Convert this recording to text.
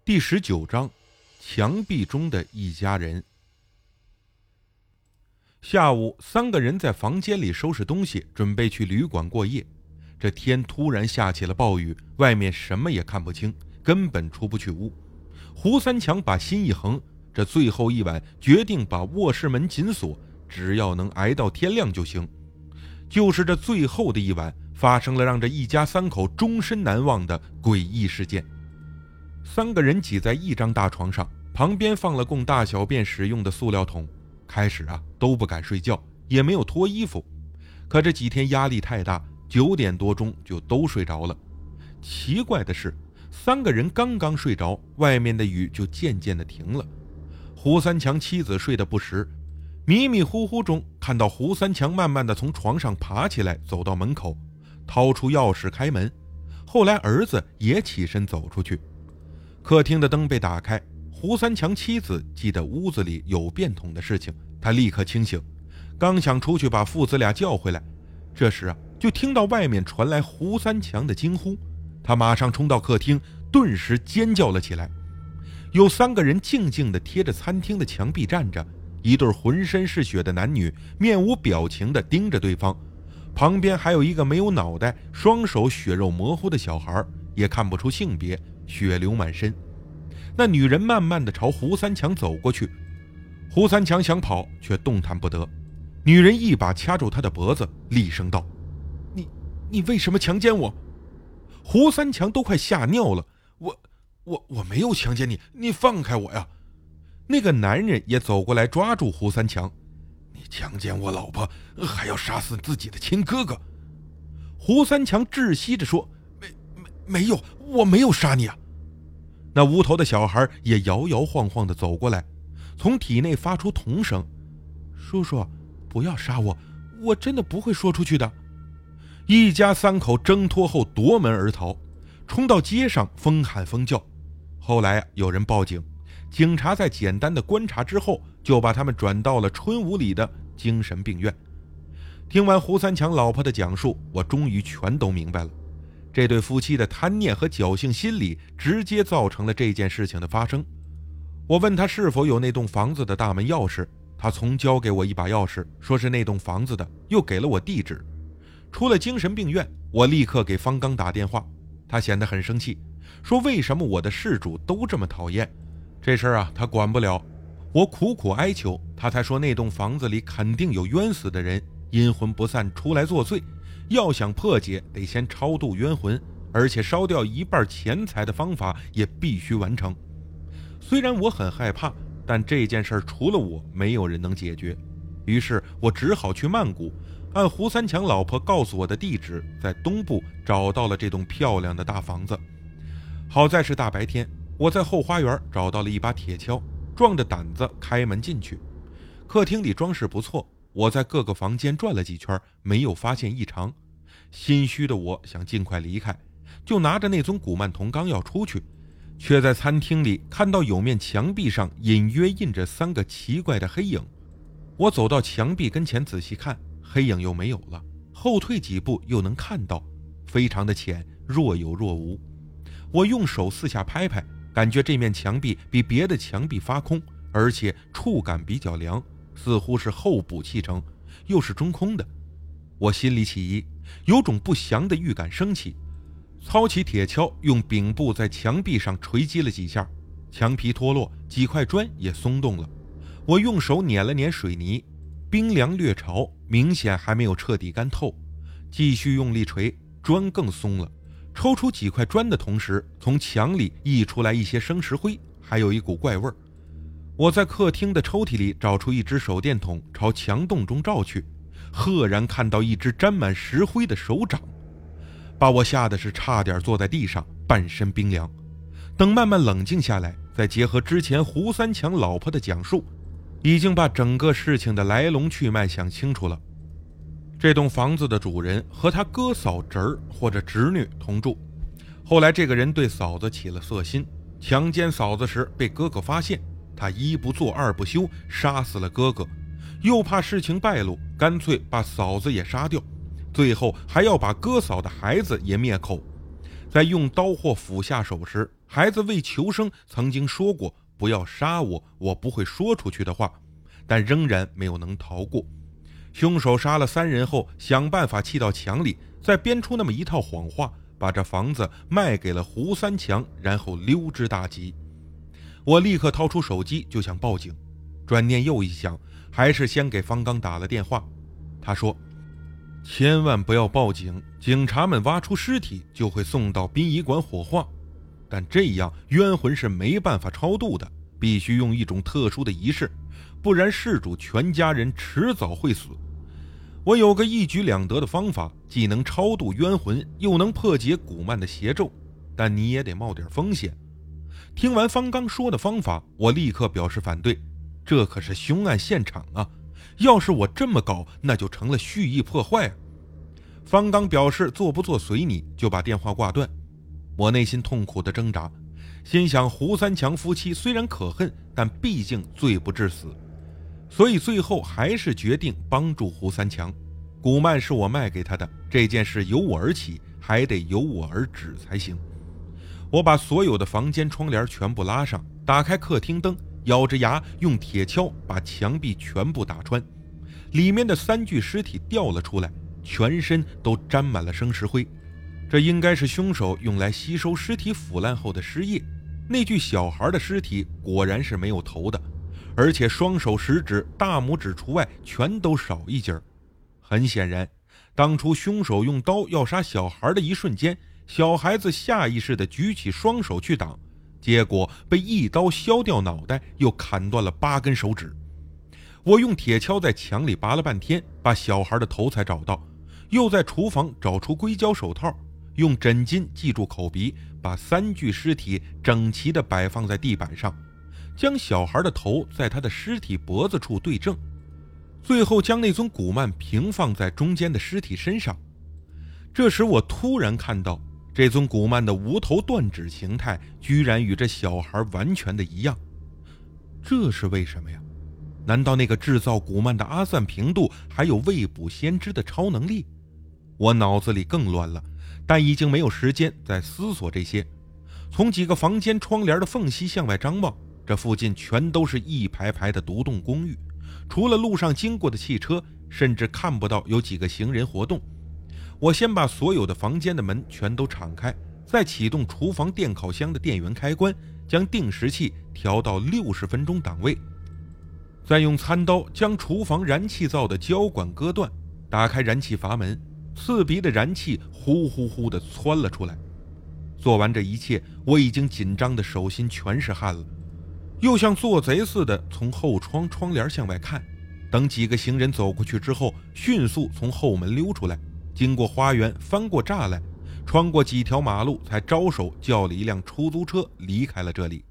第19章，墙壁中的一家人。下午，3个人在房间里收拾东西，准备去旅馆过夜。这天突然下起了暴雨，外面什么也看不清，根本出不去屋。胡三强把心一横，这最后一晚决定把卧室门紧锁，只要能挨到天亮就行。就是这最后的一晚，发生了让这一家3口终身难忘的诡异事件。3个人挤在一张大床上，旁边放了供大小便使用的塑料桶。开始都不敢睡觉，也没有脱衣服。可这几天压力太大，9点多钟就都睡着了。奇怪的是，3个人刚刚睡着，外面的雨就渐渐的停了。胡三强妻子睡得不实，迷迷糊糊中看到胡三强慢慢的从床上爬起来，走到门口，掏出钥匙开门。后来儿子也起身走出去。客厅的灯被打开，胡三强妻子记得屋子里有便桶的事情，他立刻清醒，刚想出去把父子俩叫回来，这时就听到外面传来胡三强的惊呼。他马上冲到客厅，顿时尖叫了起来。有3个人静静地贴着餐厅的墙壁站着，一对浑身是血的男女面无表情地盯着对方，旁边还有一个没有脑袋、双手血肉模糊的小孩，也看不出性别，血流满身。那女人慢慢地朝胡三强走过去，胡三强想跑却动弹不得。女人一把掐住他的脖子，厉声道：你为什么强奸我？胡三强都快吓尿了。我没有强奸你，你放开我呀！那个男人也走过来抓住胡三强：你强奸我老婆，还要杀死自己的亲哥哥！胡三强窒息着说：没有，我没有杀你啊！那无头的小孩也摇摇晃晃地走过来，从体内发出童声：叔叔，不要杀我，我真的不会说出去的。一家3口挣脱后夺门而逃，冲到街上疯喊疯叫。后来有人报警，警察在简单的观察之后，就把他们转到了春武里的精神病院。听完胡三强老婆的讲述，我终于全都明白了。这对夫妻的贪念和侥幸心理直接造成了这件事情的发生。我问他是否有那栋房子的大门钥匙，他从交给我一把钥匙，说是那栋房子的，又给了我地址。出了精神病院，我立刻给方刚打电话，他显得很生气，说为什么我的事主都这么讨厌，这事儿他管不了。我苦苦哀求，他才说那栋房子里肯定有冤死的人，阴魂不散出来作祟，要想破解得先超度冤魂，而且烧掉一半钱财的方法也必须完成。虽然我很害怕，但这件事除了我没有人能解决，于是我只好去曼谷，按胡三强老婆告诉我的地址，在东部找到了这栋漂亮的大房子。好在是大白天，我在后花园找到了一把铁锹，壮着胆子开门进去。客厅里装饰不错，我在各个房间转了几圈，没有发现异常。心虚的我想尽快离开，就拿着那尊古曼童刚要出去，却在餐厅里看到有面墙壁上隐约印着3个奇怪的黑影。我走到墙壁跟前仔细看，黑影又没有了，后退几步又能看到，非常的浅，若有若无。我用手四下拍拍，感觉这面墙壁比别的墙壁发空，而且触感比较凉，似乎是后补砌成，又是中空的。我心里起疑，有种不祥的预感升起，操起铁锹，用柄部在墙壁上锤击了几下，墙皮脱落，几块砖也松动了。我用手捻了捻水泥，冰凉略潮，明显还没有彻底干透。继续用力锤，砖更松了。抽出几块砖的同时，从墙里溢出来一些生石灰，还有一股怪味儿。我在客厅的抽屉里找出一只手电筒，朝墙洞中照去，赫然看到一只沾满石灰的手掌，把我吓得是差点坐在地上，半身冰凉。等慢慢冷静下来，再结合之前胡三强老婆的讲述，已经把整个事情的来龙去脉想清楚了。这栋房子的主人和他哥嫂侄儿或者侄女同住，后来这个人对嫂子起了色心，强奸嫂子时被哥哥发现，他一不做二不休，杀死了哥哥，又怕事情败露，干脆把嫂子也杀掉，最后还要把哥嫂的孩子也灭口。在用刀或斧下手时， 孩子为求生曾经说过不要杀我，我不会说出去的话，但仍然没有能逃过。凶手杀了3人后，想办法砌到墙里，再编出那么一套谎话，把这房子卖给了胡三强，然后溜之大吉。我立刻掏出手机就想报警，转念又一想，还是先给方刚打了电话。他说千万不要报警，警察们挖出尸体就会送到殡仪馆火化，但这样冤魂是没办法超度的，必须用一种特殊的仪式，不然事主全家人迟早会死。我有个一举两得的方法，既能超度冤魂，又能破解古曼的邪咒，但你也得冒点风险。听完方刚说的方法，我立刻表示反对，这可是凶案现场啊，要是我这么搞，那就成了蓄意破坏啊。方刚表示做不做随你，就把电话挂断。我内心痛苦的挣扎，心想胡三强夫妻虽然可恨，但毕竟罪不至死，所以最后还是决定帮助胡三强。古曼是我卖给他的，这件事由我而起，还得由我而止才行。我把所有的房间窗帘全部拉上，打开客厅灯，咬着牙用铁锹把墙壁全部打穿，里面的3具尸体掉了出来，全身都沾满了生石灰。这应该是凶手用来吸收尸体腐烂后的尸液。那具小孩的尸体果然是没有头的，而且双手食指、大拇指除外全都少一截。很显然，当初凶手用刀要杀小孩的一瞬间，小孩子下意识地举起双手去挡，结果被一刀削掉脑袋，又砍断了8根手指。我用铁锹在墙里拔了半天，把小孩的头才找到，又在厨房找出硅胶手套，用枕巾系住口鼻，把3具尸体整齐地摆放在地板上，将小孩的头在他的尸体脖子处对正，最后将那尊古曼平放在中间的尸体身上。这时我突然看到这尊古曼的无头断指形态居然与这小孩完全的一样，这是为什么呀？难道那个制造古曼的阿散平度还有未卜先知的超能力？我脑子里更乱了，但已经没有时间再思索这些。从几个房间窗帘的缝隙向外张望，这附近全都是一排排的独栋公寓，除了路上经过的汽车，甚至看不到有几个行人活动。我先把所有的房间的门全都敞开，再启动厨房电烤箱的电源开关，将定时器调到60分钟档位，再用餐刀将厨房燃气灶的胶管割断，打开燃气阀门，刺鼻的燃气呼呼呼地窜了出来。做完这一切，我已经紧张的手心全是汗了，又像做贼似的从后窗窗帘向外看，等几个行人走过去之后，迅速从后门溜出来，经过花园，翻过栅栏，穿过几条马路，才招手叫了一辆出租车离开了这里。